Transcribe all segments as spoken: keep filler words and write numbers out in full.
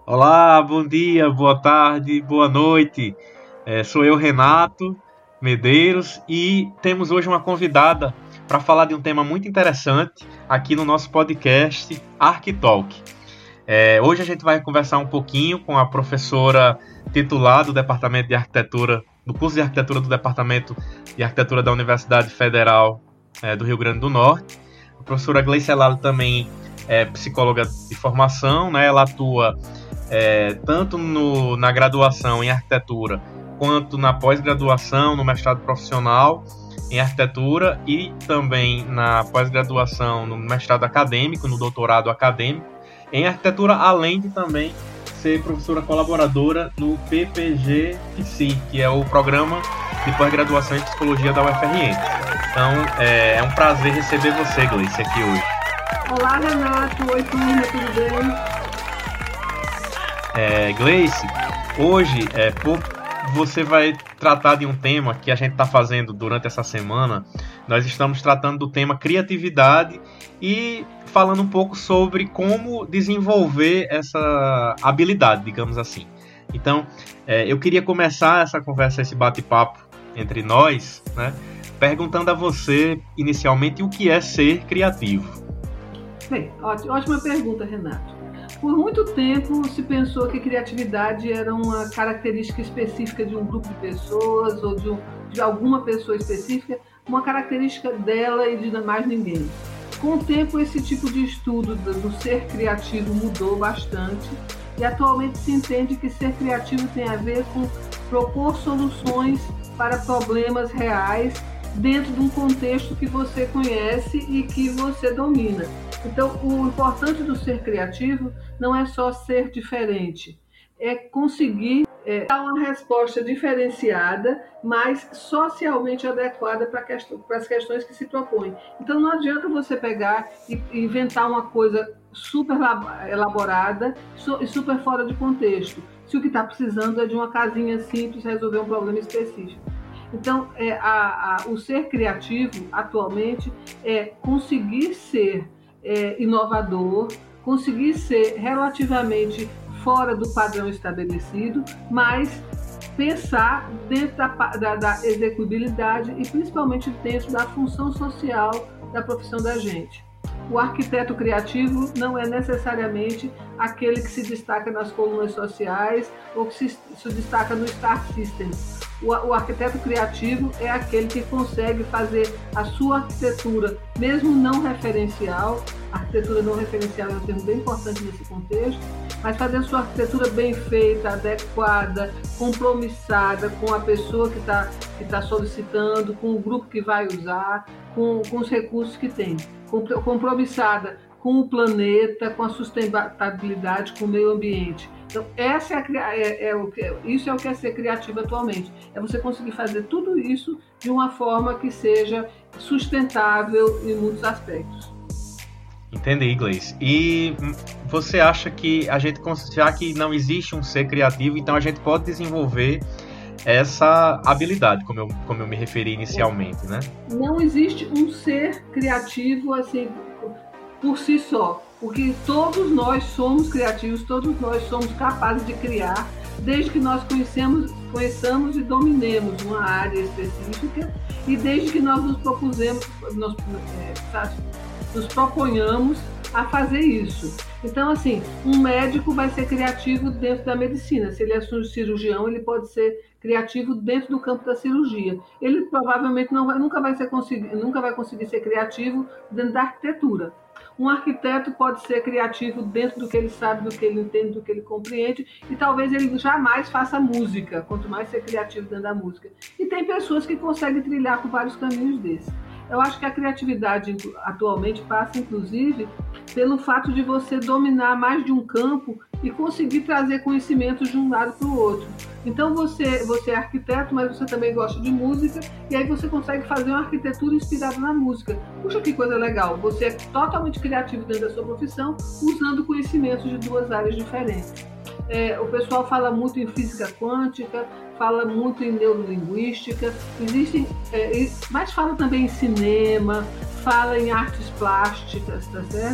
Olá, bom dia, boa tarde, boa noite. É, sou eu, Renato Medeiros, e temos hoje uma convidada para falar de um tema muito interessante aqui no nosso podcast Arquitalk. É, hoje a gente vai conversar um pouquinho com a professora titular do Departamento de Arquitetura, do curso de Arquitetura do Departamento de Arquitetura da Universidade Federal é, do Rio Grande do Norte. A professora Gleice Elalo também é psicóloga de formação, né? Ela atua É, tanto no, na graduação em arquitetura, quanto na pós-graduação, no mestrado profissional em arquitetura e também na pós-graduação, no mestrado acadêmico, no doutorado acadêmico em arquitetura, além de também ser professora colaboradora no P P G P S I, que é o Programa de Pós-Graduação em Psicologia da U F R N. Então, é, é um prazer receber você, Gleice, aqui hoje. Olá, Renato. Oi, turma, tudo bem? É, Gleice, hoje é, você vai tratar de um tema que a gente está fazendo durante essa semana. Nós estamos tratando do tema criatividade e falando um pouco sobre como desenvolver essa habilidade, digamos assim. Então, é, eu queria começar essa conversa, esse bate-papo entre nós, né, perguntando a você, inicialmente, o que é ser criativo. Bem, ótima pergunta, Renato. Por muito tempo se pensou que criatividade era uma característica específica de um grupo de pessoas ou de, um, de alguma pessoa específica, uma característica dela e de mais ninguém. Com o tempo, esse tipo de estudo do ser criativo mudou bastante e atualmente se entende que ser criativo tem a ver com propor soluções para problemas reais dentro de um contexto que você conhece e que você domina. Então, o importante do ser criativo não é só ser diferente, é conseguir é, dar uma resposta diferenciada, mas socialmente adequada para as questões que se propõem. Então, não adianta você pegar e inventar uma coisa super elaborada e super fora de contexto, se o que está precisando é de uma casinha simples resolver um problema específico. Então, é, a, a, o ser criativo, atualmente, é conseguir ser É, inovador, conseguir ser relativamente fora do padrão estabelecido, mas pensar dentro da, da, da execuibilidade e principalmente dentro da função social da profissão da gente. O arquiteto criativo não é necessariamente aquele que se destaca nas colunas sociais ou que se, se destaca no Star System. O, o arquiteto criativo é aquele que consegue fazer a sua arquitetura, mesmo não referencial. A arquitetura não referencial é um termo bem importante nesse contexto, mas fazer a sua arquitetura bem feita, adequada, compromissada com a pessoa que está que tá solicitando, com o grupo que vai usar, com, com os recursos que tem. Compromissada com o planeta, com a sustentabilidade, com o meio ambiente. Então, essa é, a, é, é o que, isso é o que é ser criativo atualmente. É você conseguir fazer tudo isso de uma forma que seja sustentável em muitos aspectos. Entendi, Gleice. E você acha que a gente, já que não existe um ser criativo, então a gente pode desenvolver essa habilidade, como eu, como eu me referi inicialmente, né? Não existe um ser criativo assim por si só, porque todos nós somos criativos, todos nós somos capazes de criar, desde que nós conhecemos, conheçamos e dominemos uma área específica e desde que nós nos propusemos, nós, é, nos proponhamos a fazer isso. Então, assim, um médico vai ser criativo dentro da medicina. Se ele é cirurgião, ele pode ser criativo dentro do campo da cirurgia. Ele provavelmente não vai, nunca, vai ser conseguir, nunca vai conseguir ser criativo dentro da arquitetura. Um arquiteto pode ser criativo dentro do que ele sabe, do que ele entende, do que ele compreende, e talvez ele jamais faça música, quanto mais ser criativo dentro da música. E tem pessoas que conseguem trilhar por vários caminhos desses. Eu acho que a criatividade atualmente passa, inclusive, pelo fato de você dominar mais de um campo e conseguir trazer conhecimentos de um lado para o outro. Então você, você é arquiteto, mas você também gosta de música, e aí você consegue fazer uma arquitetura inspirada na música. Puxa, que coisa legal! Você é totalmente criativo dentro da sua profissão, usando conhecimentos de duas áreas diferentes. É, o pessoal fala muito em física quântica, fala muito em neurolinguística, existem, é, mas fala também em cinema, fala em artes plásticas, tá certo?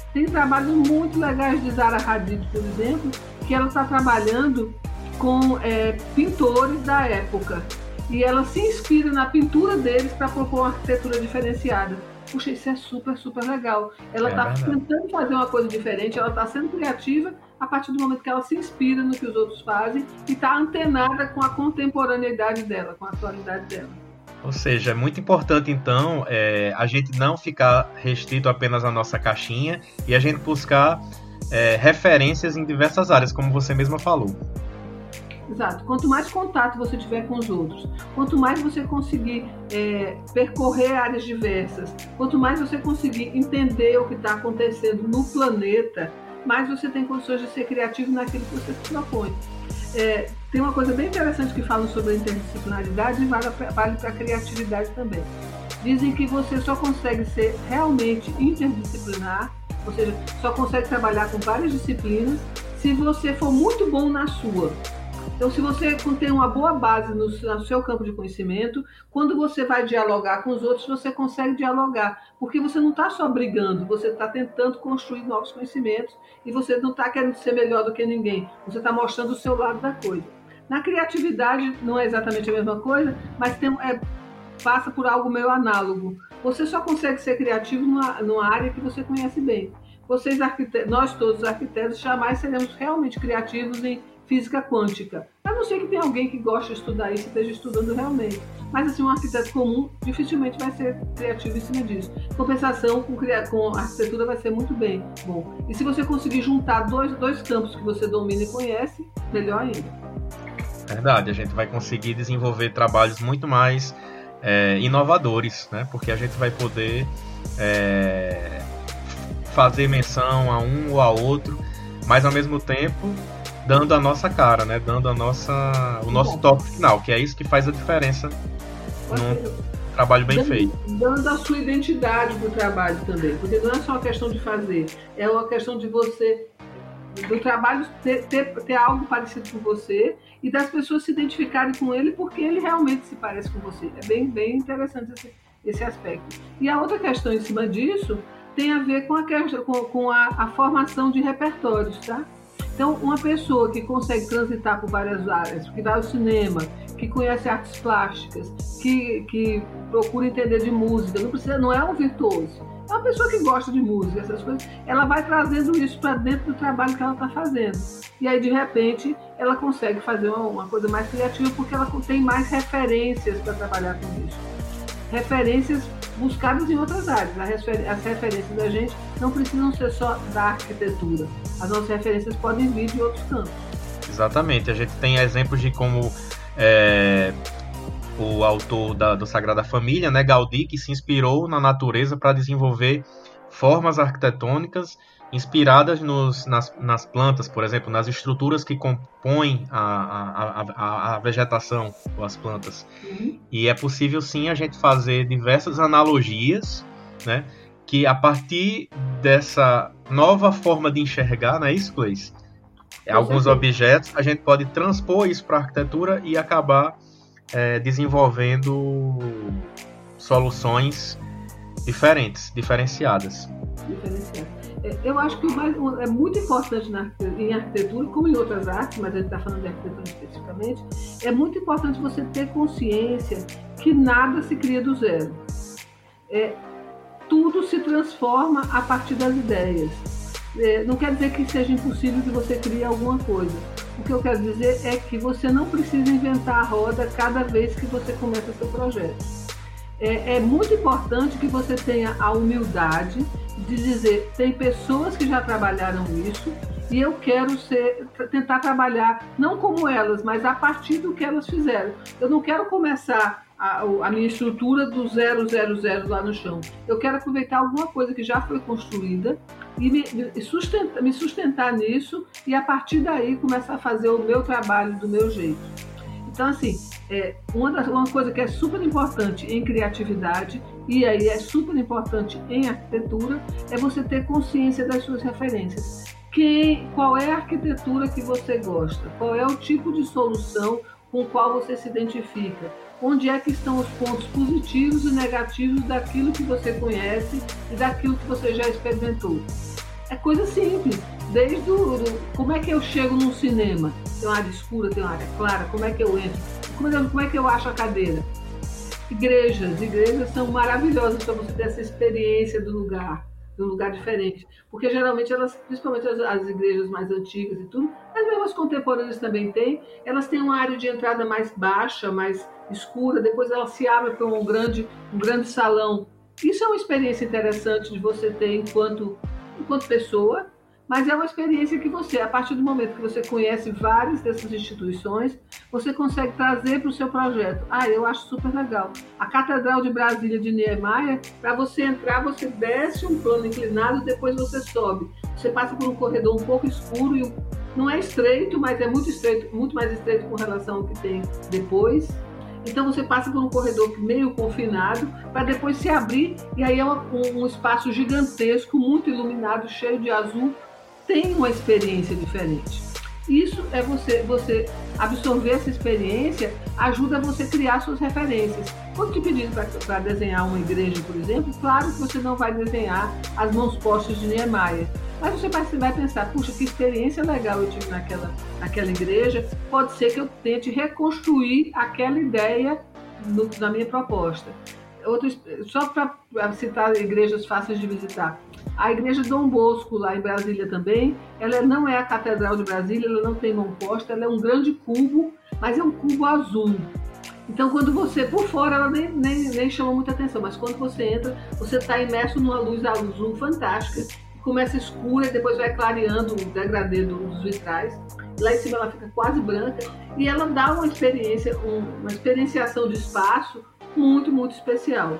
Tem trabalhos muito legais de Zaha Hadid, por exemplo, que ela está trabalhando com é, pintores da época. E ela se inspira na pintura deles para propor uma arquitetura diferenciada. Puxa, isso é super, super legal. Ela está é tentando fazer uma coisa diferente, ela está sendo criativa a partir do momento que ela se inspira no que os outros fazem e está antenada com a contemporaneidade dela, com a atualidade dela. Ou seja, é muito importante, então, é, a gente não ficar restrito apenas à nossa caixinha e a gente buscar é, referências em diversas áreas, como você mesma falou. Exato. Quanto mais contato você tiver com os outros, quanto mais você conseguir é, percorrer áreas diversas, quanto mais você conseguir entender o que está acontecendo no planeta, mais você tem condições de ser criativo naquilo que você se propõe. É, tem uma coisa bem interessante que falam sobre a interdisciplinaridade e vale, vale para a criatividade também. Dizem que você só consegue ser realmente interdisciplinar, ou seja, só consegue trabalhar com várias disciplinas, se você for muito bom na sua. Então, se você tem uma boa base no, no seu campo de conhecimento, quando você vai dialogar com os outros, você consegue dialogar, porque você não está só brigando, você está tentando construir novos conhecimentos e você não está querendo ser melhor do que ninguém, você está mostrando o seu lado da coisa. Na criatividade não é exatamente a mesma coisa, mas tem, é, passa por algo meio análogo. Você só consegue ser criativo numa, numa área que você conhece bem. Vocês, arquitetos, nós todos arquitetos, jamais seremos realmente criativos em física quântica. A não ser que tenha alguém que goste de estudar isso e esteja estudando realmente. Mas assim, um arquiteto comum dificilmente vai ser criativo em cima disso. Compensação com, com arquitetura vai ser muito bem bom. E se você conseguir juntar dois, dois campos que você domina e conhece, melhor ainda. Verdade, a gente vai conseguir desenvolver trabalhos muito mais é, inovadores, né? Porque a gente vai poder é, fazer menção a um ou a outro, mas ao mesmo tempo dando a nossa cara, né? Dando a nossa, o nosso toque final, que é isso que faz a diferença num trabalho bem dando, feito. Dando a sua identidade para o trabalho também, porque não é só uma questão de fazer, é uma questão de você, do trabalho ter, ter, ter algo parecido com você e das pessoas se identificarem com ele porque ele realmente se parece com você. É bem, bem interessante esse, esse aspecto. E a outra questão em cima disso tem a ver com a, com, com a, a formação de repertórios, tá? Então, uma pessoa que consegue transitar por várias áreas, que vai ao cinema, que conhece artes plásticas, que, que procura entender de música, não, precisa, não é um virtuoso, é uma pessoa que gosta de música, essas coisas, ela vai trazendo isso para dentro do trabalho que ela está fazendo. E aí, de repente, ela consegue fazer uma, uma coisa mais criativa porque ela tem mais referências para trabalhar com isso. Referências buscadas em outras áreas. As referências da gente não precisam ser só da arquitetura. As nossas referências podem vir de outros campos. Exatamente. A gente tem exemplos de como é, o autor da, do Sagrada Família, né, Gaudí, que se inspirou na natureza para desenvolver formas arquitetônicas inspiradas nos, nas, nas plantas, por exemplo, nas estruturas que compõem a, a, a, a vegetação ou as plantas. Uhum. E é possível sim a gente fazer diversas analogias, né, que a partir dessa nova forma de enxergar, não é isso, Cleis? Alguns objetos, a gente pode transpor isso para a arquitetura e acabar é, desenvolvendo soluções diferentes, diferenciadas. Diferenciadas. Eu acho que o mais, é muito importante na, em arquitetura, como em outras artes, mas a gente está falando de arquitetura especificamente, é muito importante você ter consciência que nada se cria do zero. É, tudo se transforma a partir das ideias. É, não quer dizer que seja impossível que você crie alguma coisa. O que eu quero dizer é que você não precisa inventar a roda cada vez que você começa seu projeto. É, é muito importante que você tenha a humildade de dizer, tem pessoas que já trabalharam isso e eu quero ser, tentar trabalhar não como elas, mas a partir do que elas fizeram. Eu não quero começar a, a minha estrutura do zero, zero, zero lá no chão. Eu quero aproveitar alguma coisa que já foi construída e me, me, sustentar, me sustentar nisso e a partir daí começar a fazer o meu trabalho do meu jeito. Então, assim, é, uma, das, uma coisa que é super importante em criatividade e aí é super importante em arquitetura é você ter consciência das suas referências. Quem, qual é a arquitetura que você gosta? Qual é o tipo de solução com o qual você se identifica? Onde é que estão os pontos positivos e negativos daquilo que você conhece e daquilo que você já experimentou? É coisa simples. Desde o, do, como é que eu chego num cinema? Tem uma área escura, tem uma área clara, como é que eu entro? Como é, como é que eu acho a cadeira? Igrejas, igrejas são maravilhosas para você ter essa experiência do lugar, de um lugar diferente. Porque geralmente elas, principalmente as, as igrejas mais antigas e tudo, as mesmas contemporâneas também têm, elas têm uma área de entrada mais baixa, mais escura, depois elas se abrem para um grande, um grande salão. Isso é uma experiência interessante de você ter enquanto, enquanto pessoa, mas é uma experiência que você, a partir do momento que você conhece várias dessas instituições, você consegue trazer para o seu projeto. Ah, eu acho super legal. A Catedral de Brasília de Niemeyer, para você entrar, você desce um plano inclinado, depois você sobe. Você passa por um corredor um pouco escuro, e não é estreito, mas é muito estreito, muito mais estreito com relação ao que tem depois. Então você passa por um corredor meio confinado, para depois se abrir, e aí é um, um espaço gigantesco, muito iluminado, cheio de azul. Tem uma experiência diferente. Isso é você, você absorver essa experiência, ajuda você a criar suas referências. Quando te pedir para desenhar uma igreja, por exemplo, claro que você não vai desenhar as mãos postas de Niemeyer, mas você vai, você vai pensar, puxa, que experiência legal eu tive naquela, naquela igreja, pode ser que eu tente reconstruir aquela ideia no, na minha proposta. Outro, só para citar igrejas fáceis de visitar, a igreja Dom Bosco, lá em Brasília também, ela não é a Catedral de Brasília, ela não tem mão posta, ela é um grande cubo, mas é um cubo azul. Então, quando você, por fora, ela nem, nem, nem chama muita atenção, mas quando você entra, você está imerso numa luz azul fantástica, começa escura e depois vai clareando o degradê dos vitrais. Lá em cima ela fica quase branca e ela dá uma experiência, uma experienciação de espaço muito, muito especial.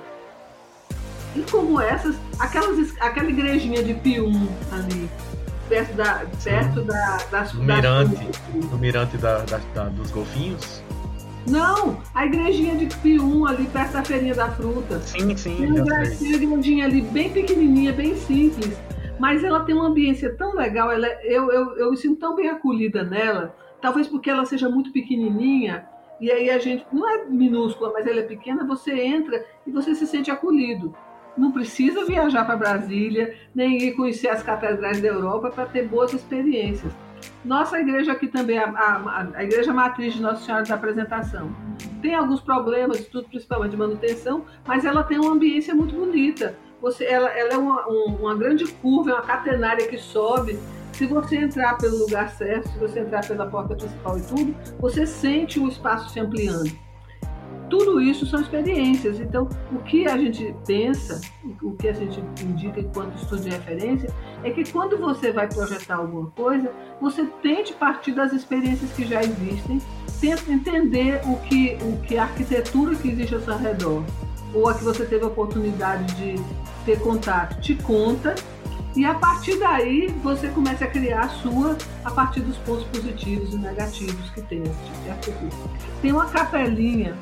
E como essas, aquelas, aquela igrejinha de Pio I ali, perto da, perto da, das... Do mirante, das... do mirante da, da, da, dos golfinhos? Não, a igrejinha de Pio I ali, perto da feirinha da fruta. Sim, sim, tem uma igrejinha ali, bem pequenininha, bem simples, mas ela tem uma ambiência tão legal, ela, eu, eu, eu me sinto tão bem acolhida nela, talvez porque ela seja muito pequenininha, e aí a gente, não é minúscula, mas ela é pequena, você entra e você se sente acolhido. Não precisa viajar para Brasília, nem ir conhecer as catedrais da Europa para ter boas experiências. Nossa igreja aqui também, a, a, a igreja matriz de Nossa Senhora da Apresentação, tem alguns problemas, tudo principalmente de manutenção, mas ela tem uma ambiência muito bonita. Você, ela, ela é uma, um, uma grande curva, é uma catenária que sobe. Se você entrar pelo lugar certo, se você entrar pela porta principal e tudo, você sente o espaço se ampliando. Tudo isso são experiências. Então, o que a gente pensa, o que a gente indica enquanto estudo de referência, é que quando você vai projetar alguma coisa, você tente partir das experiências que já existem, tente entender o que, o que a arquitetura que existe ao seu redor, ou a que você teve a oportunidade de ter contato, te conta, e a partir daí você começa a criar a sua, a partir dos pontos positivos e negativos que tem esse tipo de arquitetura. Tem uma capelinha,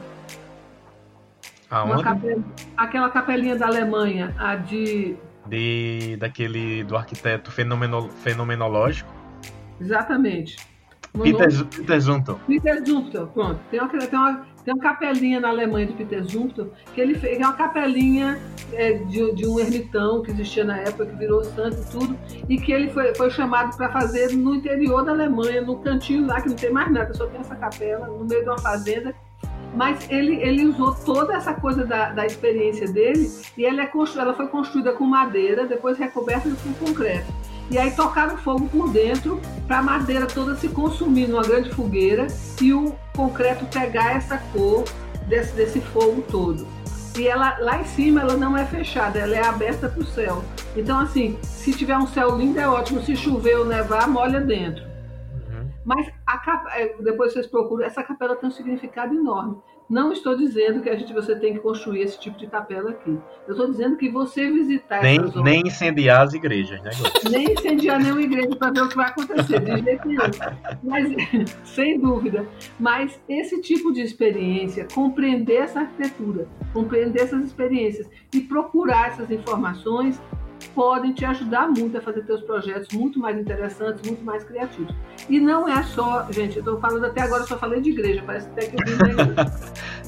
Aonde? Capel... aquela capelinha da Alemanha, a de... de daquele do arquiteto fenomeno... fenomenológico. Exatamente. Peter, Peter Zumthor. Peter Zumthor, pronto. Tem uma, tem, uma, tem uma capelinha na Alemanha de Peter Zumthor, que ele fez, é uma capelinha é, de, de um ermitão que existia na época, que virou santo e tudo, e que ele foi, foi chamado para fazer no interior da Alemanha, no cantinho lá, que não tem mais nada, só tem essa capela, no meio de uma fazenda. Mas ele, ele usou toda essa coisa da, da experiência dele, e ele é constru, ela foi construída com madeira, depois recoberta com concreto. E aí tocaram fogo por dentro para a madeira toda se consumir numa grande fogueira e o concreto pegar essa cor desse, desse fogo todo. E ela, lá em cima ela não é fechada, ela é aberta para o céu. Então assim, se tiver um céu lindo é ótimo, se chover ou nevar, molha dentro. Mas a capa, depois vocês procuram, essa capela tem um significado enorme. Não estou dizendo que a gente, você tem que construir esse tipo de capela aqui. Eu estou dizendo que você visitar nem, essas nem incendiar as igrejas, né? Nem incendiar nenhuma igreja para ver o que vai acontecer, de jeito nenhum. Mas, sem dúvida. Mas esse tipo de experiência, compreender essa arquitetura, compreender essas experiências e procurar essas informações, podem te ajudar muito a fazer teus projetos muito mais interessantes, muito mais criativos. E não é só, gente, eu estou falando até agora, eu só falei de igreja, parece até que eu vim da igreja.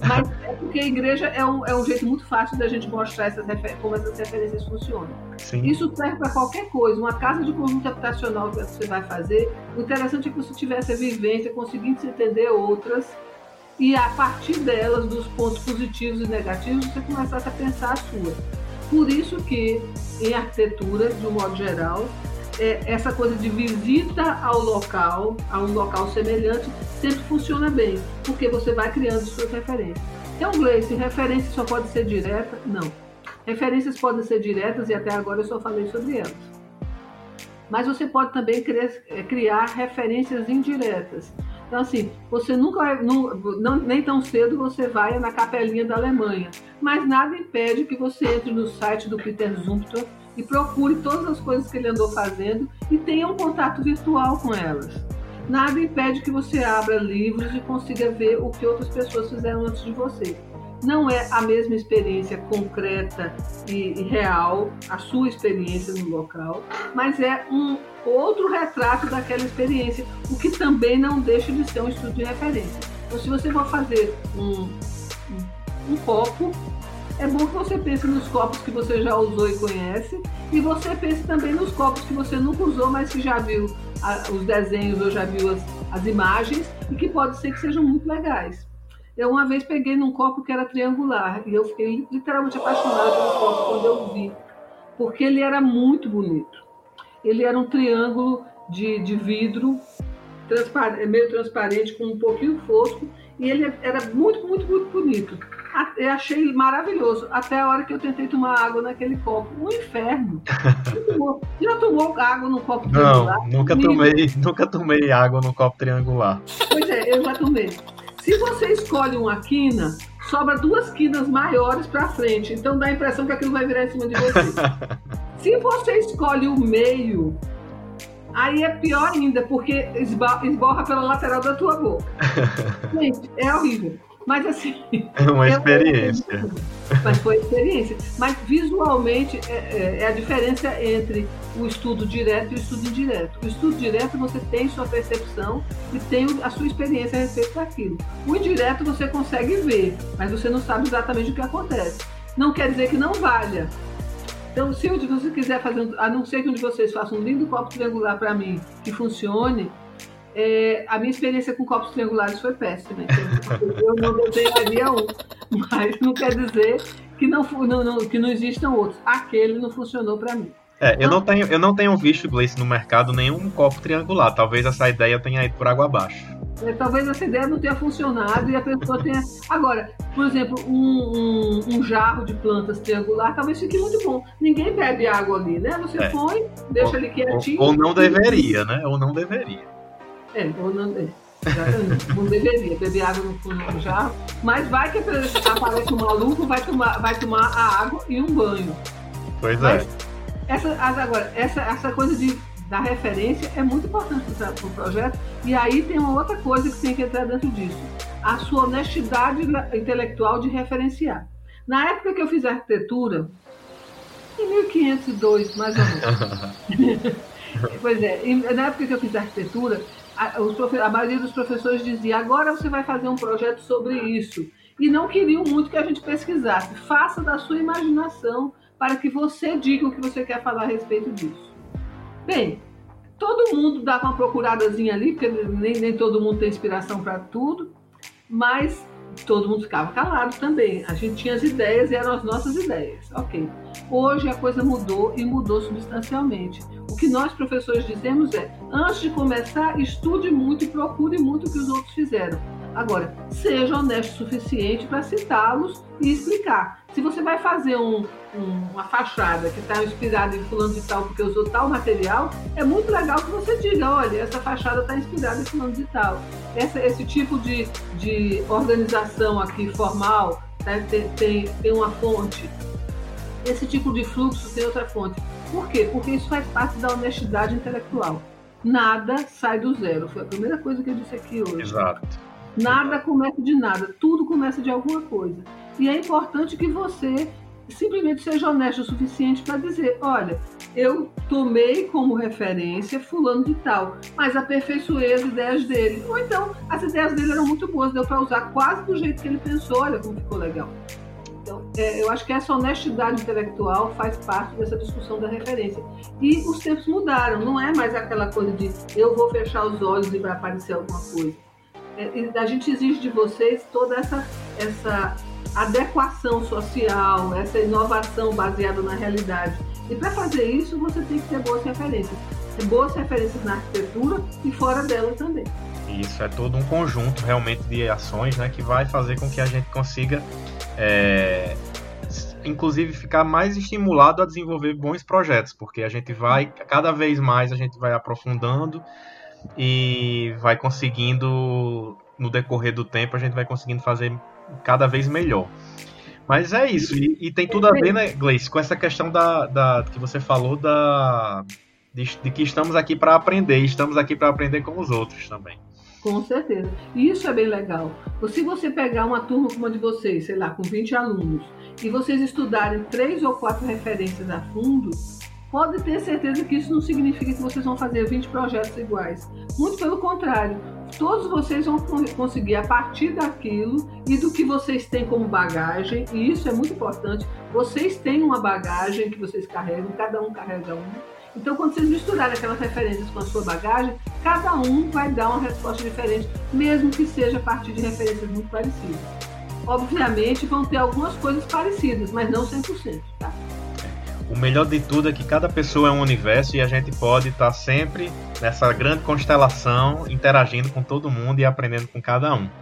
Mas é porque a igreja é um, é um jeito muito fácil da gente mostrar essas refer- como essas referências funcionam. Sim. Isso serve para qualquer coisa. Uma casa de conjunto habitacional que você vai fazer, o interessante é que você tivesse a vivência, conseguindo entender outras, e a partir delas, dos pontos positivos e negativos, você começasse a pensar a sua. Por isso que, em arquitetura, de um modo geral, é, essa coisa de visita ao local, a um local semelhante, sempre funciona bem, porque você vai criando suas referências. Então, Gleice, referência só pode ser direta? Não. Referências podem ser diretas e até agora eu só falei sobre elas. Mas você pode também criar referências indiretas. Então, assim, você nunca vai, não, não, nem tão cedo você vai na capelinha da Alemanha, mas nada impede que você entre no site do Peter Zumthor e procure todas as coisas que ele andou fazendo e tenha um contato virtual com elas. Nada impede que você abra livros e consiga ver o que outras pessoas fizeram antes de você. Não é a mesma experiência concreta e, e real, a sua experiência no local, mas é um outro retrato daquela experiência, o que também não deixa de ser um estudo de referência. Então, se você for fazer um, um, um copo, é bom que você pense nos copos que você já usou e conhece, e você pense também nos copos que você nunca usou, mas que já viu a, os desenhos ou já viu as, as imagens, e que pode ser que sejam muito legais. Eu uma vez peguei num copo que era triangular e eu fiquei literalmente apaixonada pelo copo quando eu vi, porque ele era muito bonito. Ele era um triângulo de, de vidro, transpar, meio transparente, com um pouquinho fosco, e ele era muito, muito, muito bonito. Eu achei maravilhoso, até a hora que eu tentei tomar água naquele copo. Um inferno. Já tomou água num copo triangular? Não, nunca tomei, nunca tomei água num copo triangular. Pois é, eu já tomei. Se você escolhe uma quina, sobra duas quinas maiores para frente, então dá a impressão que aquilo vai virar em cima de você. Se você escolhe o meio, aí é pior ainda, porque esborra pela lateral da tua boca. Gente, é horrível. Mas assim... É uma experiência. Eu... Mas foi experiência. Mas visualmente é, é, é a diferença entre o estudo direto e o estudo indireto. O estudo direto você tem sua percepção e tem a sua experiência a respeito daquilo. O indireto você consegue ver, mas você não sabe exatamente o que acontece. Não quer dizer que não valha. Então, se você quiser fazer, a não ser que um de vocês faça um lindo copo triangular para mim que funcione, é, a minha experiência com copos triangulares foi péssima. Então, eu não desenharia um, mas não quer dizer que não, não, não, que não existam outros. Aquele não funcionou para mim. É, eu, não tenho, eu não tenho visto, Gleice, no mercado nenhum copo triangular. Talvez essa ideia tenha ido por água abaixo. É, talvez essa ideia não tenha funcionado e a pessoa tenha... Agora, por exemplo, um, um, um jarro de plantas triangular talvez fique muito bom. Ninguém bebe água ali, né? Você é. põe, deixa ou, ali quietinho. Ou, ou não deveria, né? Ou não deveria. É, ou não... É. Não deveria beber água no, no jarro. Mas vai que aparece um maluco, vai tomar, vai tomar a água e um banho. Pois Mas, é. Essa, agora, essa, essa coisa de, da referência é muito importante para o projeto. E aí tem uma outra coisa que tem que entrar dentro disso. A sua honestidade intelectual de referenciar. Na época que eu fiz arquitetura, em mil quinhentos e dois, mais ou menos. Pois é, na época que eu fiz arquitetura, a, os profe, a maioria dos professores dizia: agora você vai fazer um projeto sobre isso. E não queriam muito que a gente pesquisasse. Faça da sua imaginação para que você diga o que você quer falar a respeito disso. Bem, todo mundo dava uma procuradazinha ali, porque nem, nem todo mundo tem inspiração para tudo, mas todo mundo ficava calado também. A gente tinha as ideias e eram as nossas ideias. Ok. Hoje a coisa mudou e mudou substancialmente. O que nós, professores, dizemos é: antes de começar, estude muito e procure muito o que os outros fizeram. Agora, seja honesto o suficiente para citá-los e explicar. Se você vai fazer um, um, uma fachada que está inspirada em fulano de tal porque usou tal material, é muito legal que você diga: olha, essa fachada está inspirada em fulano de tal. Essa, esse tipo de, de organização aqui formal, né, tem, tem, tem uma fonte. Esse tipo de fluxo tem outra fonte. Por quê? Porque isso faz parte da honestidade intelectual. Nada sai do zero. Foi a primeira coisa que eu disse aqui hoje. Exato. Nada começa de nada, tudo começa de alguma coisa. E é importante que você simplesmente seja honesto o suficiente para dizer: olha, eu tomei como referência fulano de tal, mas aperfeiçoei as ideias dele. Ou então, as ideias dele eram muito boas, deu para usar quase do jeito que ele pensou, olha como ficou legal. Então, é, eu acho que essa honestidade intelectual faz parte dessa discussão da referência. E os tempos mudaram, não é mais aquela coisa de eu vou fechar os olhos e vai aparecer alguma coisa. É, a gente exige de vocês toda essa, essa adequação social, essa inovação baseada na realidade. E para fazer isso, você tem que ter boas referências. Ter boas referências na arquitetura e fora dela também. Isso é todo um conjunto realmente de ações, né, que vai fazer com que a gente consiga, é, inclusive, ficar mais estimulado a desenvolver bons projetos, porque a gente vai, cada vez mais, a gente vai aprofundando e vai conseguindo, no decorrer do tempo, a gente vai conseguindo fazer cada vez melhor. Mas é isso, e, e tem tudo a ver, né, Gleice, com essa questão da, da que você falou da, de, de que estamos aqui para aprender, e estamos aqui para aprender com os outros também. Com certeza. E isso é bem legal. Se você pegar uma turma como a de vocês, sei lá, com vinte alunos, e vocês estudarem três ou quatro referências a fundo, pode ter certeza que isso não significa que vocês vão fazer vinte projetos iguais. Muito pelo contrário. Todos vocês vão conseguir, a partir daquilo e do que vocês têm como bagagem, e isso é muito importante, vocês têm uma bagagem que vocês carregam, cada um carrega uma. Então, quando vocês misturarem aquelas referências com a sua bagagem, cada um vai dar uma resposta diferente, mesmo que seja a partir de referências muito parecidas. Obviamente, vão ter algumas coisas parecidas, mas não cem por cento, tá? O melhor de tudo é que cada pessoa é um universo e a gente pode estar sempre nessa grande constelação, interagindo com todo mundo e aprendendo com cada um.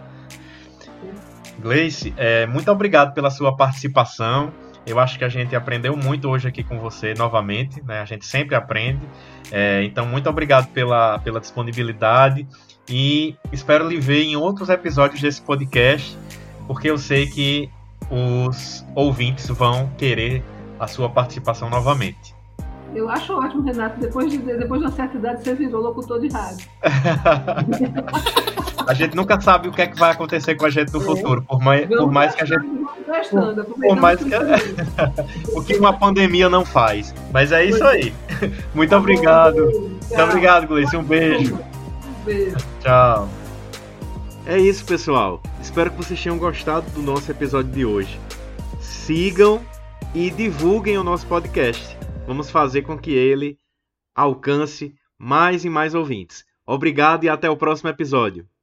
Gleice, é, muito obrigado pela sua participação. Eu acho que a gente aprendeu muito hoje aqui com você novamente, né? A gente sempre aprende. É, então, muito obrigado pela, pela disponibilidade e espero lhe ver em outros episódios desse podcast, porque eu sei que os ouvintes vão querer a sua participação novamente. Eu acho ótimo, Renato. Depois de, depois de uma certa idade, você virou locutor de rádio. A gente nunca sabe o que é que vai acontecer com a gente no é. futuro, por mais, por mais que a gente... Por, por mais que... o que uma pandemia não faz. Mas é isso aí. Muito obrigado. Muito obrigado, Gleice. Um beijo. Um beijo. Tchau. É isso, pessoal. Espero que vocês tenham gostado do nosso episódio de hoje. Sigam e divulguem o nosso podcast. Vamos fazer com que ele alcance mais e mais ouvintes. Obrigado e até o próximo episódio.